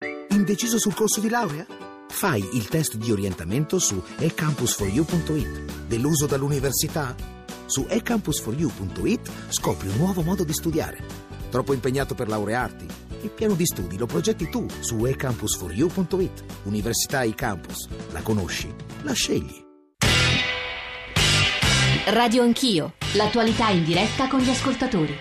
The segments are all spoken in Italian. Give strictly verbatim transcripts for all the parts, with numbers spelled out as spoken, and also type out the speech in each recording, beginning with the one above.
Indeciso sul corso di laurea? Fai il test di orientamento su e campus for you punto it. Deluso dall'università? Su e campus for you punto it scopri un nuovo modo di studiare. Troppo impegnato per laurearti? Il piano di studi lo progetti tu su e campus for you punto it. Università eCampus. La conosci? La scegli. Radio Anch'io. L'attualità in diretta con gli ascoltatori.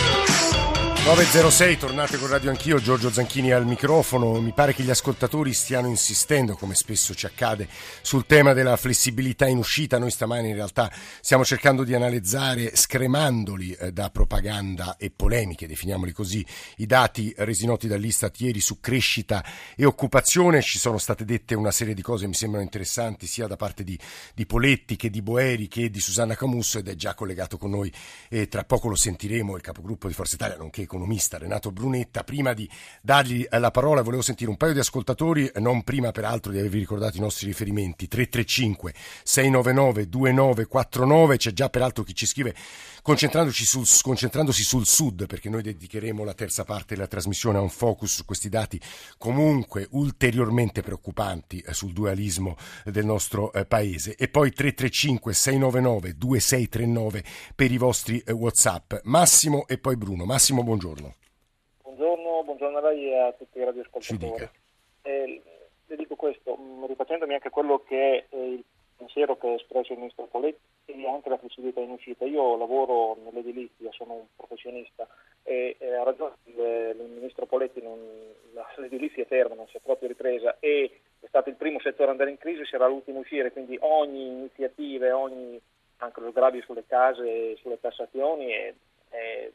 nove e zero sei, tornate con Radio Anch'io, Giorgio Zanchini al microfono. Mi pare che gli ascoltatori stiano insistendo, come spesso ci accade, sul tema della flessibilità in uscita. Noi stamani in realtà stiamo cercando di analizzare, scremandoli eh, da propaganda e polemiche, definiamoli così, i dati resi noti dall'Istat ieri su crescita e occupazione. Ci sono state dette una serie di cose che mi sembrano interessanti, sia da parte di, di Poletti che di Boeri che di Susanna Camusso, ed è già collegato con noi e tra poco lo sentiremo, il capogruppo di Forza Italia, nonché economista Renato Brunetta. Prima di dargli la parola volevo sentire un paio di ascoltatori, non prima peraltro di avervi ricordato i nostri riferimenti: tre tre cinque sei nove nove due nove quattro nove. C'è già peraltro chi ci scrive concentrandoci sul, concentrandosi sul sud, perché noi dedicheremo la terza parte della trasmissione a un focus su questi dati comunque ulteriormente preoccupanti eh, sul dualismo del nostro eh, paese. E poi tre tre cinque sei nove nove due sei tre nove per i vostri eh, WhatsApp. Massimo e poi Bruno. Massimo, buongiorno. Buongiorno, buongiorno a lei e a tutti i radioascoltatori. Ci dica. Eh, le dico questo, mh, rifacendomi anche quello che è il pensiero che ha espresso il ministro Poletti e anche la flessibilità in uscita. Io lavoro nell'edilizia, sono un professionista e eh, ha ragione il, il ministro Poletti, non, la, l'edilizia è ferma, non si è proprio ripresa e è stato il primo settore ad andare in crisi, sarà l'ultimo a uscire, quindi ogni iniziativa, ogni, anche lo sgravio sulle case, sulle tassazioni è, è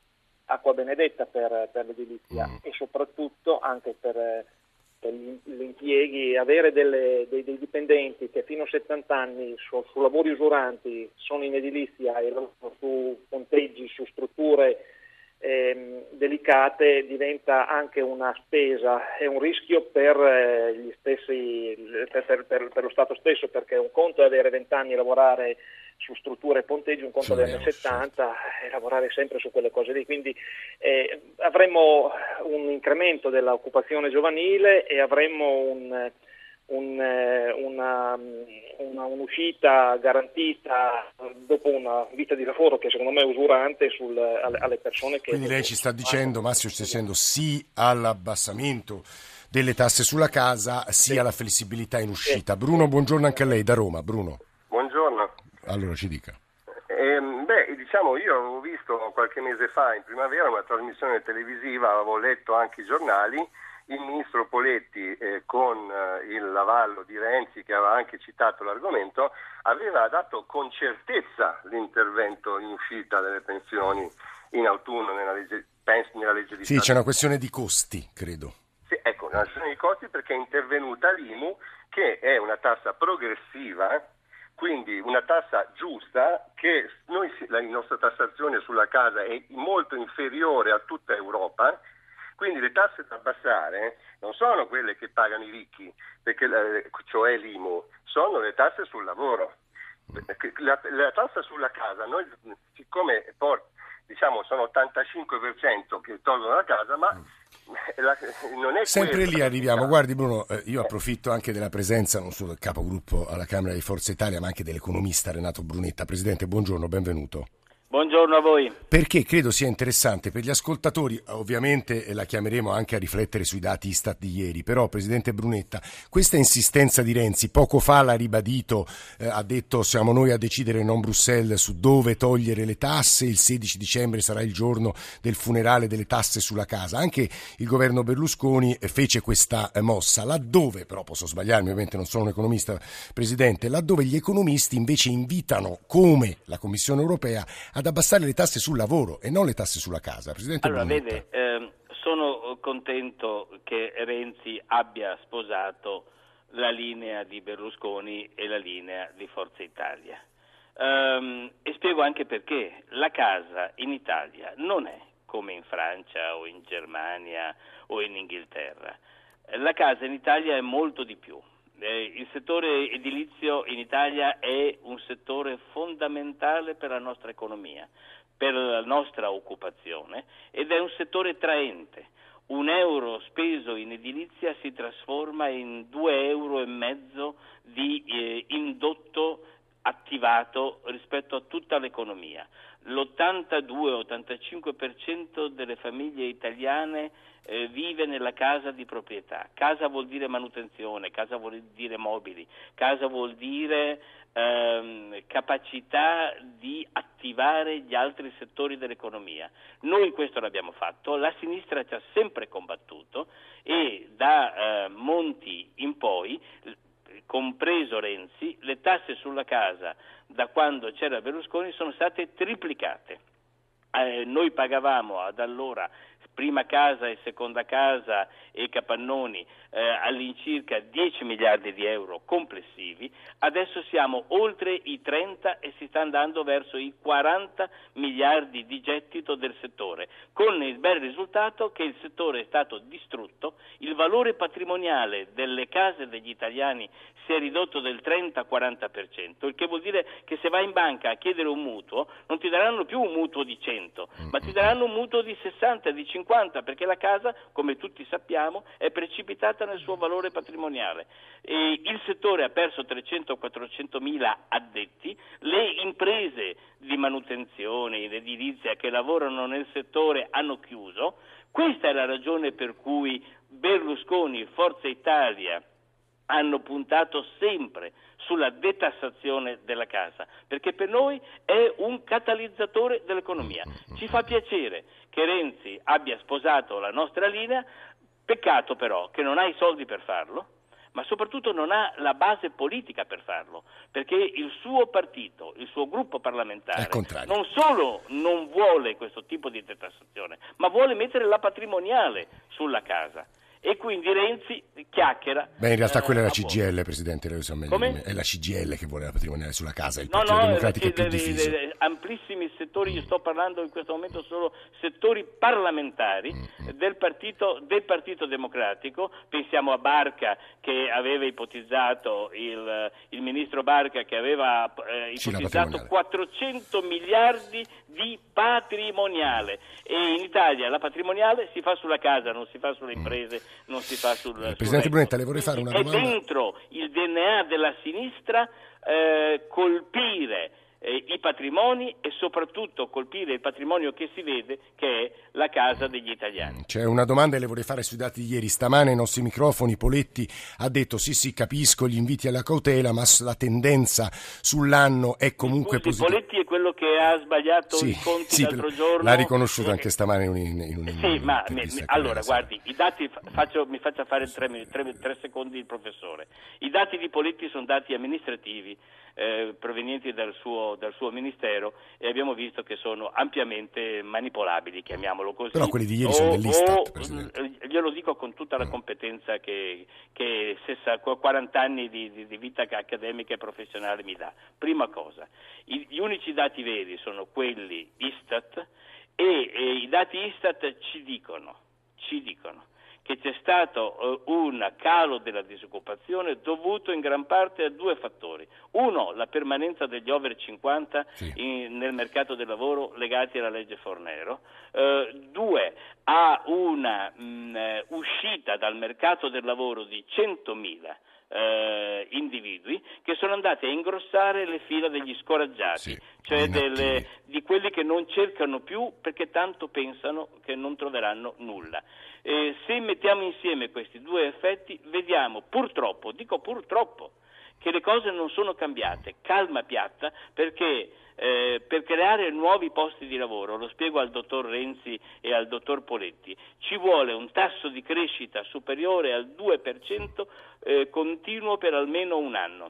acqua benedetta per, per l'edilizia mm. e soprattutto anche per, per gli, gli impieghi. Avere delle, dei, dei dipendenti che fino a settanta anni su, su lavori usuranti sono in edilizia e lavorano su ponteggi, su strutture ehm, delicate, diventa anche una spesa e un rischio per eh, gli stessi per, per, per, per lo Stato stesso, perché un conto è avere vent'anni e lavorare su strutture e ponteggi, un conto degli anni settanta e lavorare sempre su quelle cose lì, quindi eh, avremmo un incremento dell'occupazione giovanile e avremmo un, un, una, una, un'uscita garantita dopo una vita di lavoro che secondo me è usurante sul, alle, alle persone che... Quindi lei ci sta dicendo, Massimo ci sta dicendo sì all'abbassamento delle tasse sulla casa, sì, sì alla flessibilità in uscita. Sì. Bruno, buongiorno anche a lei da Roma. Bruno. Buongiorno. Allora ci dica. Eh, beh, diciamo, io avevo visto qualche mese fa in primavera una trasmissione televisiva, avevo letto anche i giornali, il ministro Poletti eh, con eh, il l'avallo di Renzi, che aveva anche citato l'argomento, aveva dato con certezza l'intervento in uscita delle pensioni in autunno nella legge, penso, nella legge di Sì, Stato. C'è una questione di costi, credo. Sì, ecco, una questione di costi perché è intervenuta l'I M U, che è una tassa progressiva, quindi una tassa giusta, che noi, la nostra tassazione sulla casa è molto inferiore a tutta Europa, quindi le tasse da abbassare non sono quelle che pagano i ricchi, perché, cioè l'I M U, sono le tasse sul lavoro. La, la tassa sulla casa, noi siccome poi, diciamo sono ottantacinque per cento che tolgono la casa, ma la, non è sempre questo. Lì arriviamo. Guardi Bruno, eh, io approfitto anche della presenza non solo del capogruppo alla Camera di Forza Italia ma anche dell'economista Renato Brunetta. Presidente, buongiorno, benvenuto. Buongiorno a voi. Perché credo sia interessante per gli ascoltatori, ovviamente la chiameremo anche a riflettere sui dati Istat di ieri, però Presidente Brunetta, questa insistenza di Renzi, poco fa l'ha ribadito, eh, ha detto siamo noi a decidere, non Bruxelles, su dove togliere le tasse, il sedici dicembre sarà il giorno del funerale delle tasse sulla casa. Anche il governo Berlusconi fece questa eh, mossa, laddove, però posso sbagliarmi, ovviamente non sono un economista, Presidente, laddove gli economisti invece invitano, come la Commissione Europea, ad abbassare le tasse sul lavoro e non le tasse sulla casa. Presidente allora, Brunetta. vede, eh, sono contento che Renzi abbia sposato la linea di Berlusconi e la linea di Forza Italia. Um, e spiego anche perché. La casa in Italia non è come in Francia o in Germania o in Inghilterra. La casa in Italia è molto di più. Eh, il settore edilizio in Italia è un settore fondamentale per la nostra economia, per la nostra occupazione ed è un settore traente. un euro speso in edilizia si trasforma in due euro e mezzo di eh, indotto attivato rispetto a tutta l'economia. L'ottantadue ottantacinque per cento delle famiglie italiane eh, vive nella casa di proprietà. Casa vuol dire manutenzione, casa vuol dire mobili, casa vuol dire ehm, capacità di attivare gli altri settori dell'economia. Noi questo l'abbiamo fatto, la sinistra ci ha sempre combattuto e da eh, Monti in poi, compreso Renzi, le tasse sulla casa da quando c'era Berlusconi sono state triplicate. Eh, noi pagavamo ad allora prima casa e seconda casa e capannoni eh, all'incirca dieci miliardi di euro complessivi, adesso siamo oltre i trenta e si sta andando verso i quaranta miliardi di gettito del settore, con il bel risultato che il settore è stato distrutto, il valore patrimoniale delle case degli italiani si è ridotto del trenta quaranta per cento, il che vuol dire che se vai in banca a chiedere un mutuo non ti daranno più un mutuo di cento, ma ti daranno un mutuo di sessanta, di cinquanta, perché la casa, come tutti sappiamo, è precipitata nel suo valore patrimoniale. E il settore ha perso trecento quattrocento mila addetti, le imprese di manutenzione, in edilizia che lavorano nel settore hanno chiuso. Questa è la ragione per cui Berlusconi, Forza Italia hanno puntato sempre sulla detassazione della casa, perché per noi è un catalizzatore dell'economia. Ci fa piacere che Renzi abbia sposato la nostra linea, peccato però che non ha i soldi per farlo, ma soprattutto non ha la base politica per farlo, perché il suo partito, il suo gruppo parlamentare non solo non vuole questo tipo di detassazione, ma vuole mettere la patrimoniale sulla casa. E quindi Renzi chiacchiera. Beh, in realtà eh, quella è la C G I L, Presidente, lei lo sa meglio. Come? È la C G I L che vuole la patrimoniale sulla casa, il no, Partito no, Democratico è più le, diviso. Le, le, amplissimi settori, io sto parlando in questo momento solo settori parlamentari mm-hmm. del, partito, del Partito Democratico. Pensiamo a Barca che aveva ipotizzato, il, il ministro Barca che aveva eh, ipotizzato quattrocento miliardi di patrimoniale, e in Italia la patrimoniale si fa sulla casa, non si fa sulle imprese, mm. non si fa sul... Eh, Presidente Brunetta, le vorrei fare una domanda. È dentro il D N A della sinistra eh, colpire eh, i patrimoni e soprattutto colpire il patrimonio che si vede, che è la casa degli italiani. C'è una domanda e le vorrei fare sui dati di ieri. Stamane ai nostri microfoni Poletti ha detto sì sì capisco gli inviti alla cautela, ma la tendenza sull'anno è comunque Scusi, positiva. Poletti è quello che ha sbagliato sì, i conti sì, l'altro giorno. L'ha riconosciuto anche stamane in un in un, Sì, in ma mi, mi, allora guardi, i dati faccio, mi faccia fare tre, tre, tre secondi il professore. I dati di Poletti sono dati amministrativi eh, provenienti dal suo, dal suo ministero, e abbiamo visto che sono ampiamente manipolabili, chiamiamolo così. Però quelli di ieri o, sono dell'Istat, Presidente. Glielo dico con tutta la competenza che, che quaranta anni di, di, di vita accademica e professionale mi dà. Prima cosa, i, gli unici dati veri sono quelli Istat, e, e i dati Istat ci dicono, ci dicono che c'è stato uh, un calo della disoccupazione dovuto in gran parte a due fattori. Uno, la permanenza degli over cinquanta sì. in, nel mercato del lavoro legati alla legge Fornero. Uh, due, a una mh, uscita dal mercato del lavoro di centomila Eh, individui che sono andati a ingrossare le fila degli scoraggiati, sì, cioè delle, di quelli che non cercano più perché tanto pensano che non troveranno nulla. Eh, se mettiamo insieme questi due effetti vediamo purtroppo, dico purtroppo, che le cose non sono cambiate, calma piatta, perché Eh, per creare nuovi posti di lavoro, lo spiego al dottor Renzi e al dottor Poletti, ci vuole un tasso di crescita superiore al due per cento eh, continuo per almeno un anno.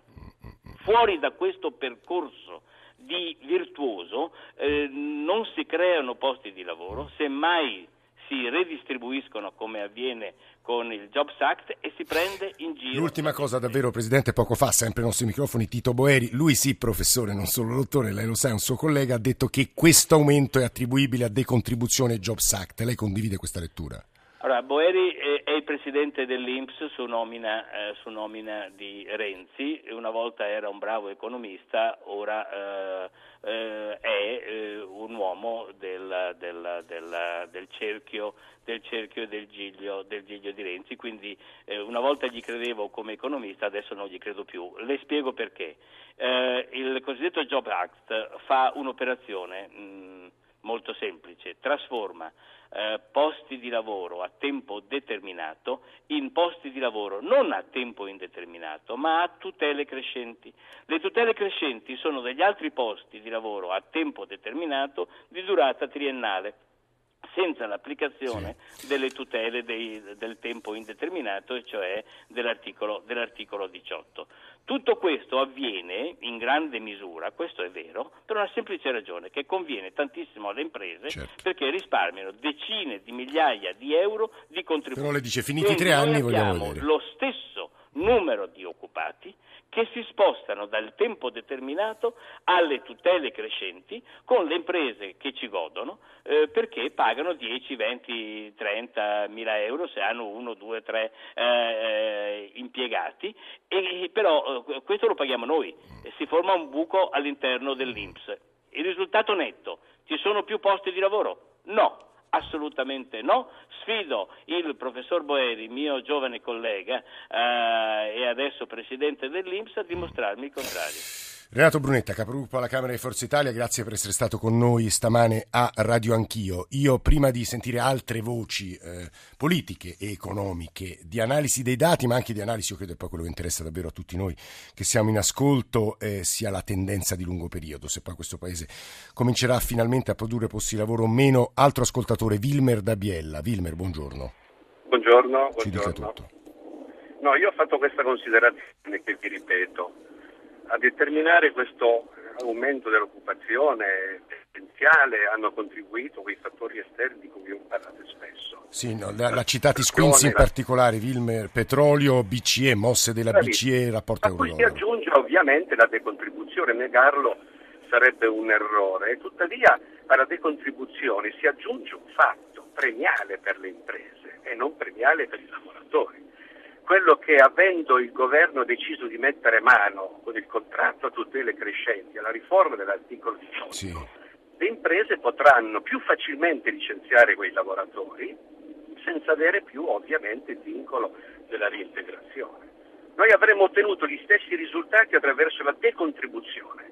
Fuori da questo percorso di virtuoso eh, non si creano posti di lavoro, semmai si redistribuiscono come avviene con il Jobs Act e si prende in giro. L'ultima cosa davvero, Presidente, poco fa, sempre ai nostri microfoni, Tito Boeri, lui sì professore, non solo dottore, lei lo sa, è un suo collega, ha detto che questo aumento è attribuibile a decontribuzione Jobs Act. Lei condivide questa lettura? Allora, Boeri è, è il presidente dell'I N P S su nomina, eh, su nomina di Renzi. Una volta era un bravo economista, ora eh, eh, è eh, un uomo del, del, del, del cerchio del cerchio e del giglio, del giglio di Renzi, quindi eh, una volta gli credevo come economista, adesso non gli credo più. Le spiego perché. Eh, il cosiddetto Job Act fa un'operazione mh, molto semplice, trasforma eh, posti di lavoro a tempo determinato in posti di lavoro non a tempo indeterminato, ma a tutele crescenti. Le tutele crescenti sono degli altri posti di lavoro a tempo determinato di durata triennale, senza l'applicazione sì. delle tutele dei, del tempo indeterminato, e cioè dell'articolo, dell'articolo diciotto. Tutto questo avviene in grande misura, questo è vero, per una semplice ragione, che conviene tantissimo alle imprese, certo. perché risparmiano decine di migliaia di euro di contributi. Però le dice, finiti i tre anni vogliamo vedere. Lo stesso numero di occupati che si spostano dal tempo determinato alle tutele crescenti, con le imprese che ci godono, eh, perché pagano dieci, venti, trenta mila euro se hanno uno, due, tre eh, impiegati, e però eh, questo lo paghiamo noi, e si forma un buco all'interno dell'I N P S. Il risultato netto: ci sono più posti di lavoro? No. Assolutamente no. Sfido il professor Boeri, mio giovane collega eh, e adesso presidente dell'I N P S, a dimostrarmi il contrario. Renato Brunetta, capogruppo alla Camera di Forza Italia, grazie per essere stato con noi stamane a Radio Anch'io. Io, prima di sentire altre voci eh, politiche e economiche, di analisi dei dati, ma anche di analisi, io credo che poi quello che interessa davvero a tutti noi che siamo in ascolto eh, sia la tendenza di lungo periodo, se poi questo Paese comincerà finalmente a produrre posti di lavoro o meno. Altro ascoltatore, Wilmer da Biella. Wilmer, buongiorno. Buongiorno. Ci dica buongiorno. tutto. No, io ho fatto questa considerazione che vi ripeto. A determinare questo aumento dell'occupazione tendenziale hanno contribuito quei fattori esterni di cui ho parlato spesso. Sì, no, la, la citati Squinzi in particolare, Wilmer, petrolio, B C E, mosse della B C E, rapporto euro-dollaro. A cui si aggiunge ovviamente la decontribuzione, negarlo sarebbe un errore, e tuttavia alla decontribuzione si aggiunge un fatto premiale per le imprese e non premiale per i lavoratori. Quello che, avendo il governo deciso di mettere mano con il contratto a tutele crescenti alla riforma dell'articolo diciotto, sì. le imprese potranno più facilmente licenziare quei lavoratori senza avere più ovviamente il vincolo della reintegrazione. Noi avremmo ottenuto gli stessi risultati attraverso la decontribuzione.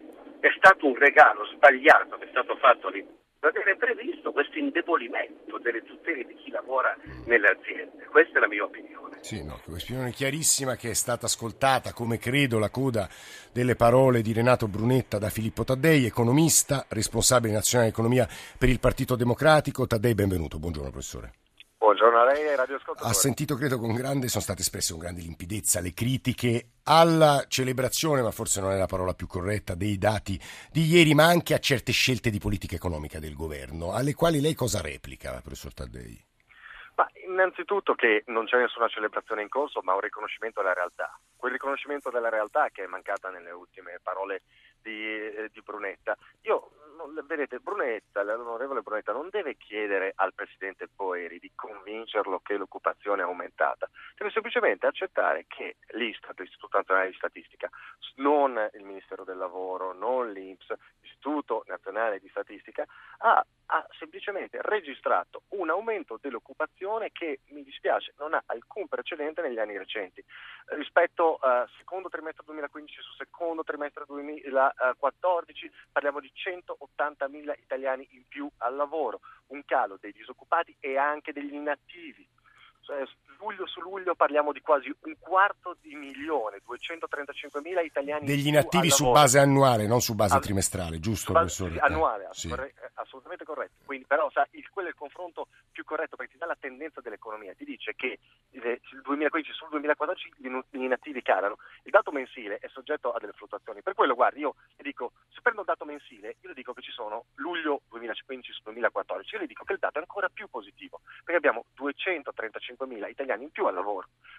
È stato un regalo sbagliato che è stato fatto all'impresa, avere previsto questo indebolimento delle tutele di chi lavora nelle aziende. Questa è la mia opinione. Sì, no, un'opinione chiarissima che è stata ascoltata, come credo, la coda delle parole di Renato Brunetta da Filippo Taddei, economista, responsabile nazionale di economia per il Partito Democratico. Taddei, benvenuto. Buongiorno, professore. Buongiorno a lei e radioascoltatori. Ha sentito, credo, con grande, sono state espresse con grande limpidezza le critiche alla celebrazione, ma forse non è la parola più corretta, dei dati di ieri, ma anche a certe scelte di politica economica del governo, alle quali lei cosa replica, professor Taddei? Ma innanzitutto che non c'è nessuna celebrazione in corso, ma un riconoscimento della realtà. Quel riconoscimento della realtà che è mancata nelle ultime parole di, eh, di Brunetta. Io, vedete, Brunetta, l'onorevole Brunetta non deve chiedere al presidente Boeri di convincerlo che l'occupazione è aumentata, deve semplicemente accettare che l'Istat, l'Istituto Nazionale di Statistica, non il Ministero del Lavoro, non l'I N P S, l'Istituto Nazionale di Statistica, ha, ha semplicemente registrato un aumento dell'occupazione che, mi dispiace, non ha alcun precedente negli anni recenti. Rispetto al uh, secondo trimestre duemilaquindici su secondo trimestre duemilaquattordici parliamo di centottantamila italiani in più al lavoro, un calo dei disoccupati e anche degli inattivi. Cioè, luglio su luglio parliamo di quasi un quarto di milione, duecentotrentacinquemila italiani degli in inattivi più su lavoro. Base annuale, non su base All... trimestrale, giusto, base, professore? Annuale, eh, sì. corre- assolutamente corretto. Quindi, però sa, il, quello è il confronto più corretto, perché ti dà la tendenza dell'economia, ti dice che il duemilaquindici sul duemilaquattordici gli inattivi calano. Il dato mensile è soggetto a delle fluttuazioni. Per quello, guardi, io le dico, se prendo il dato mensile, io le dico che ci sono luglio duemilaquindici su duemilaquattordici, io le dico che il dato è ancora più positivo, perché abbiamo duecentotrentacinquemila italiani in più al lavoro.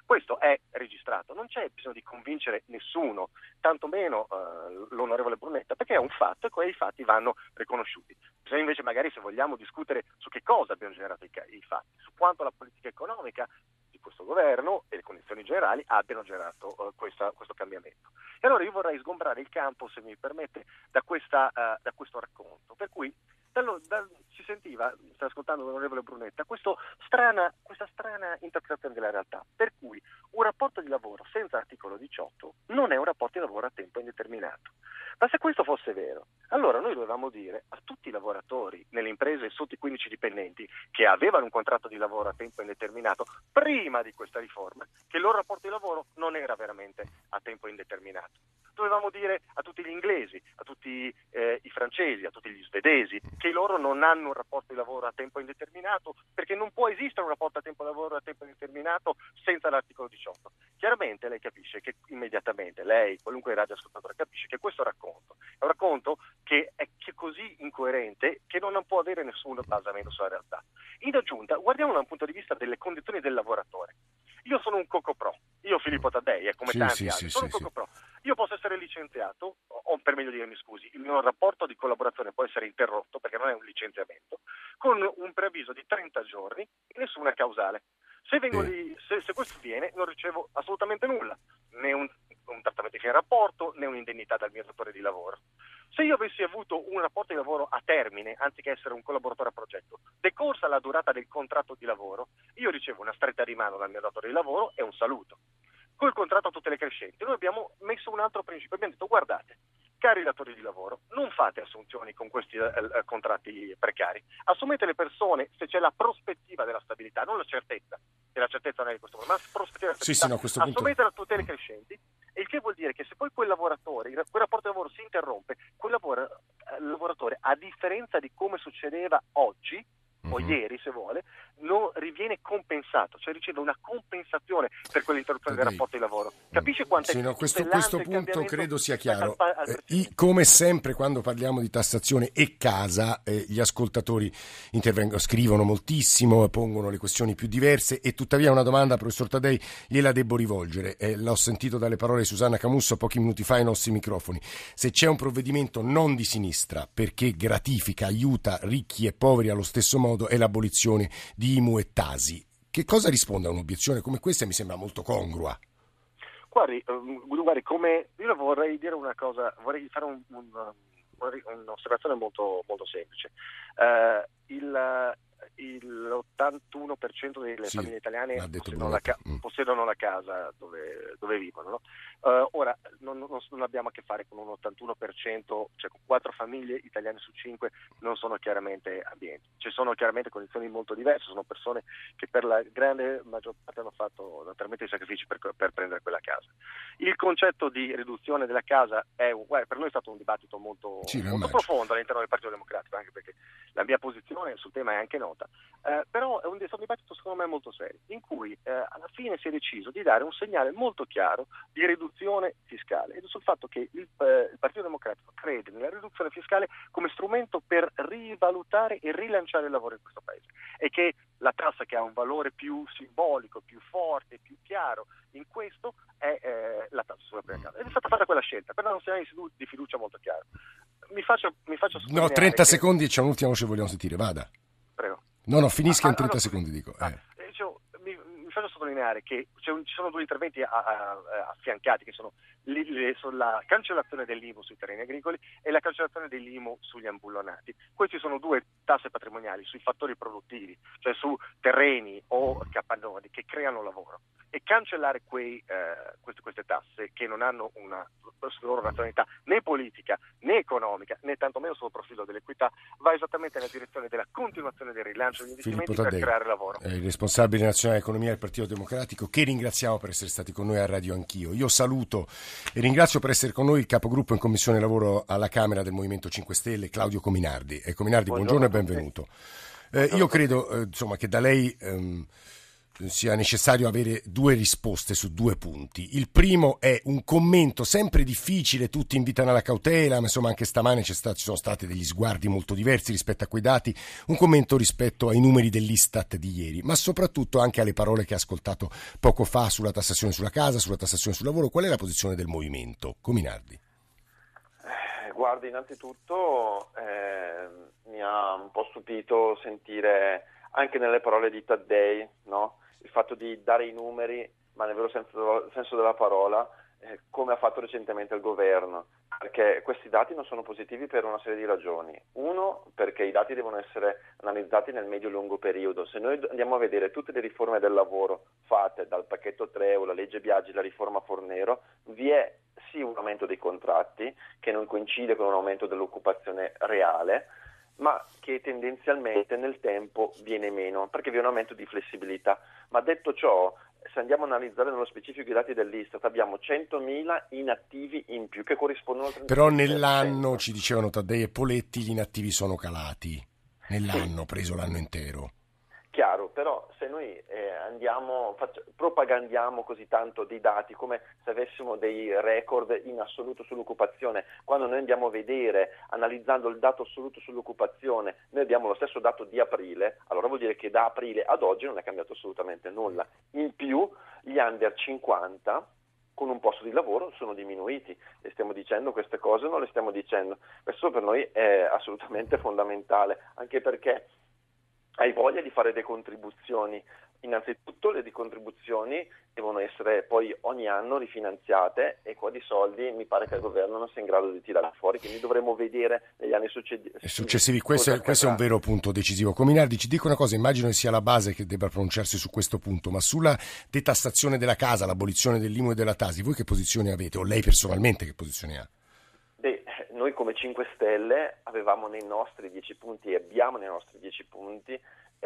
Questo è registrato, non c'è bisogno di convincere nessuno, tantomeno eh, l'onorevole Brunetta, perché è un fatto e quei fatti vanno riconosciuti. Bisogna invece magari, se vogliamo, discutere su che cosa abbiano generato i, i fatti, su quanto la politica economica di questo governo e le condizioni generali abbiano generato uh, questa, questo cambiamento. E allora io vorrei sgombrare il campo, se mi permette, da, questa, uh, da questo racconto, per cui dallo, da, si sentiva, sta ascoltando l'onorevole Brunetta, questo strana, questa strana interpretazione della realtà, per cui un rapporto di lavoro senza articolo diciotto non è un rapporto di lavoro a tempo indeterminato. Ma se questo fosse vero, allora noi dovevamo dire a tutti i lavoratori nelle imprese sotto i quindici dipendenti che avevano un contratto di lavoro a tempo indeterminato prima di questa riforma che il loro rapporto di lavoro non era veramente a tempo indeterminato. Dovevamo dire a tutti gli inglesi, a tutti eh, i francesi, a tutti gli svedesi che loro non hanno un rapporto di lavoro a tempo indeterminato, perché non può esistere un rapporto a tempo di lavoro a tempo indeterminato senza l'articolo diciotto. Chiaramente lei capisce che immediatamente, lei, qualunque radioascoltatore, capisce che questo racconto è un racconto che è così incoerente che non può avere nessun basamento sulla realtà. In aggiunta, guardiamo da un punto di vista delle condizioni del lavoratore. Io sono un Cocopro, io Filippo Taddei, eh, come sì, tanti sì, altri, sì, sono sì, un Cocopro. Io posso essere licenziato, o per meglio dire, mi scusi, il mio rapporto di collaborazione può essere interrotto, perché non è un licenziamento, con un preavviso di trenta giorni e nessuna causale. Se, vengo sì. lì, se, se questo viene, non ricevo assolutamente nulla, né un, un trattamento di fine rapporto, né un'indennità dal mio datore di lavoro. Se io avessi avuto un rapporto di lavoro a termine, anziché essere un collaboratore a progetto, decorsa la durata del contratto di lavoro, io ricevo una stretta di mano dal mio datore di lavoro e un saluto. Col contratto a tutte le crescenti, noi abbiamo messo un altro principio, abbiamo detto: guardate, cari datori di lavoro, non fate assunzioni con questi eh, contratti precari, assumete le persone se c'è la prospettiva della stabilità, non la certezza, che la certezza non è di questo momento, ma la prospettiva della stabilità, sì, sì, no, questo punto... assumetela a tutele crescenti, il che vuol dire che se poi quel lavoratore, quel rapporto di lavoro si interrompe, quel lavoro, eh, lavoratore, a differenza di come succedeva oggi, o mm-hmm. ieri se vuole, non riviene compensato, cioè riceve una compensazione per quell'interruzione del rapporto di lavoro. Capisce quanto sì, è no, questo, questo punto credo sia chiaro. Al, al eh, come sempre quando parliamo di tassazione e casa, eh, gli ascoltatori intervengono, scrivono moltissimo, pongono le questioni più diverse, e tuttavia una domanda, professor Taddei, gliela devo rivolgere. Eh, l'ho sentito dalle parole di Susanna Camusso pochi minuti fa ai nostri microfoni. Se c'è un provvedimento non di sinistra perché gratifica, aiuta ricchi e poveri allo stesso modo, è l'abolizione di I M U e Tasi. Che cosa risponde a un'obiezione come questa? Mi sembra molto congrua. Guardi, guardi, come io vorrei dire una cosa, vorrei fare un, un, un'osservazione molto, molto semplice. Uh, il, il, l'ottantuno per cento delle sì, famiglie italiane possiedono la, ca- mm. possiedono la casa dove, dove vivono, no? Uh, ora non, non, non abbiamo a che fare con un ottantuno per cento, cioè con quattro famiglie italiane su cinque non sono chiaramente abbienti. Ci sono chiaramente condizioni molto diverse, sono persone che per la grande maggior parte hanno fatto naturalmente i sacrifici per, per prendere quella casa. Il concetto di riduzione della casa è guarda, per noi è stato un dibattito molto, sì, molto profondo all'interno del Partito Democratico, anche perché la mia posizione sul tema è anche nota, eh, però è un, è un dibattito secondo me molto serio, in cui eh, alla fine si è deciso di dare un segnale molto chiaro di riduzione fiscale, ed sul fatto che il, eh, il Partito Democratico crede nella riduzione fiscale come strumento per rivalutare e rilanciare il lavoro in questo paese, e che la tassa, che ha un valore più simbolico, più forte, più chiaro in questo, è eh, la tassa sulla prima casa. Ed è stata fatta quella scelta per dare un segnale di fiducia molto chiaro. Mi faccio, mi faccio no, trenta che... secondi e c'è un'ultima voce, vogliamo sentire, vada. Prego. No, no, finisca ah, in trenta ah, secondi, dico. Ah, eh. Dicevo, mi, mi faccio sottolineare che c'è un, ci sono due interventi a, a, a, affiancati, che sono li, le, la cancellazione dell'I M U sui terreni agricoli e la cancellazione dell'I M U sugli ambullonati. Questi sono due tasse patrimoniali sui fattori produttivi, cioè su terreni o capannoni che creano lavoro. E cancellare quei, eh, queste, queste tasse che non hanno una loro razionalità né politica né economica né tantomeno sul profilo dell'equità va esattamente nella direzione della continuazione del rilancio degli investimenti per creare lavoro. Eh, il responsabile nazionale dell'economia del Partito Democratico, che ringraziamo per essere stati con noi a Radio Anch'io. Io saluto e ringrazio per essere con noi il capogruppo in Commissione Lavoro alla Camera del Movimento cinque Stelle, Claudio Cominardi. E Cominardi, buongiorno, buongiorno e benvenuto. Eh, io credo eh, insomma che da lei ehm, sia necessario avere due risposte su due punti. Il primo è un commento sempre difficile, tutti invitano alla cautela, ma insomma anche stamane c'è stato, ci sono stati degli sguardi molto diversi rispetto a quei dati, un commento rispetto ai numeri dell'Istat di ieri, ma soprattutto anche alle parole che ha ascoltato poco fa sulla tassazione sulla casa, sulla tassazione sul lavoro. Qual è la posizione del movimento? Cominardi. Eh, guardi, innanzitutto eh, mi ha un po' stupito sentire anche nelle parole di Taddei, no? Il fatto di dare i numeri, ma nel vero senso, senso della parola, eh, come ha fatto recentemente il governo, perché questi dati non sono positivi per una serie di ragioni. Uno, perché i dati devono essere analizzati nel medio-lungo periodo. Se noi andiamo a vedere tutte le riforme del lavoro fatte dal pacchetto Treu, la legge Biagi, la riforma Fornero, vi è sì un aumento dei contratti, che non coincide con un aumento dell'occupazione reale, ma che tendenzialmente nel tempo viene meno, perché vi è un aumento di flessibilità. Ma detto ciò, se andiamo a analizzare nello specifico i dati dell'Istat, abbiamo centomila inattivi in più, che corrispondono al trenta per cento. Però nell'anno, ci dicevano Taddei e Poletti, gli inattivi sono calati, nell'anno, sì, preso l'anno intero. Chiaro, però se noi eh, andiamo, faccio, propagandiamo così tanto dei dati come se avessimo dei record in assoluto sull'occupazione, quando noi andiamo a vedere, analizzando il dato assoluto sull'occupazione, noi abbiamo lo stesso dato di aprile, allora vuol dire che da aprile ad oggi non è cambiato assolutamente nulla. In più gli under cinquanta con un posto di lavoro sono diminuiti. Le stiamo dicendo queste cose o non le stiamo dicendo? Questo per noi è assolutamente fondamentale, anche perché hai voglia di fare decontribuzioni. Innanzitutto le decontribuzioni devono essere poi ogni anno rifinanziate e qua di soldi mi pare che il governo non sia in grado di tirare fuori, quindi dovremo vedere negli anni successivi. successivi. Questo, è, questo è un vero punto decisivo. Cominardi, ci dico una cosa, immagino che sia la base che debba pronunciarsi su questo punto, ma sulla detassazione della casa, l'abolizione dell'I M U e della Tasi, voi che posizione avete? O lei personalmente che posizione ha? Beh, noi come cinque Stelle avevamo nei nostri dieci punti e abbiamo nei nostri dieci punti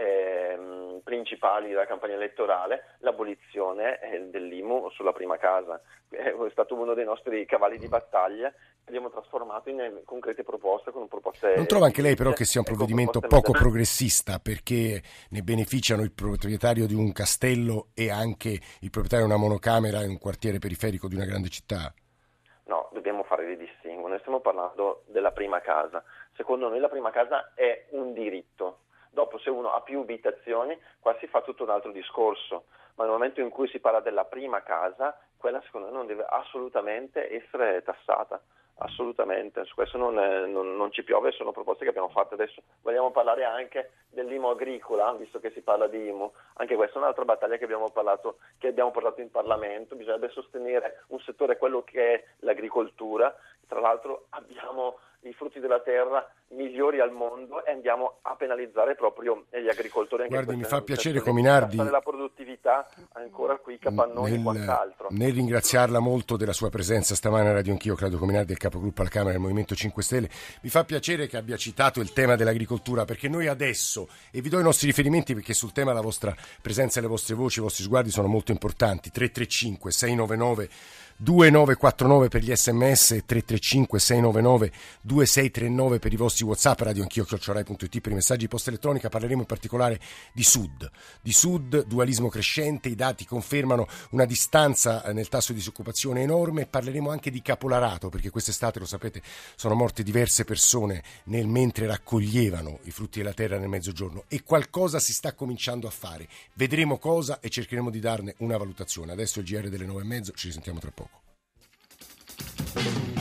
ehm, principali della campagna elettorale l'abolizione eh, dell'I M U sulla prima casa. È stato uno dei nostri cavalli di battaglia che abbiamo trasformato in concrete proposte con proposte. Non trova anche lei però che sia un provvedimento poco progressista, perché ne beneficiano il proprietario di un castello e anche il proprietario di una monocamera in un quartiere periferico di una grande città? No, dobbiamo fare dei distinguo. Noi stiamo parlando della prima casa. Secondo noi la prima casa è un diritto. Dopo, se uno ha più abitazioni, qua si fa tutto un altro discorso. Ma nel momento in cui si parla della prima casa, quella secondo noi non deve assolutamente essere tassata. Assolutamente, su questo non, è, non, non ci piove, sono proposte che abbiamo fatto adesso. Vogliamo parlare anche dell'I M U agricola, visto che si parla di I M U, anche questa è un'altra battaglia che abbiamo parlato, che abbiamo portato in Parlamento. Bisognerebbe sostenere un settore, quello che è l'agricoltura. Tra l'altro abbiamo i frutti della terra migliori al mondo e andiamo a penalizzare proprio gli agricoltori. Anche Guardi, mi fa piacere Cominardi la produttività, ancora qui capannoni nel, e quant'altro. Nel ringraziarla molto della sua presenza stamane a Radio Anch'io, Claudio Cominardi, il capogruppo alla Camera del Movimento cinque Stelle, mi fa piacere che abbia citato il tema dell'agricoltura, perché noi adesso, e vi do i nostri riferimenti perché sul tema la vostra presenza e le vostre voci, i vostri sguardi sono molto importanti, tre tre cinque sei nove nove due nove quattro nove per gli sms e tre tre cinque sei nove nove due sei tre nove per i vostri WhatsApp, Radio Anch'io chiocciorai punto it per i messaggi di posta elettronica. Parleremo in particolare di Sud, di Sud, dualismo crescente, i dati confermano una distanza nel tasso di disoccupazione enorme. Parleremo anche di capolarato, perché quest'estate, lo sapete, sono morte diverse persone nel mentre raccoglievano i frutti della terra nel mezzogiorno e qualcosa si sta cominciando a fare. Vedremo cosa e cercheremo di darne una valutazione. Adesso il G R delle nove e mezzo, ci risentiamo tra poco.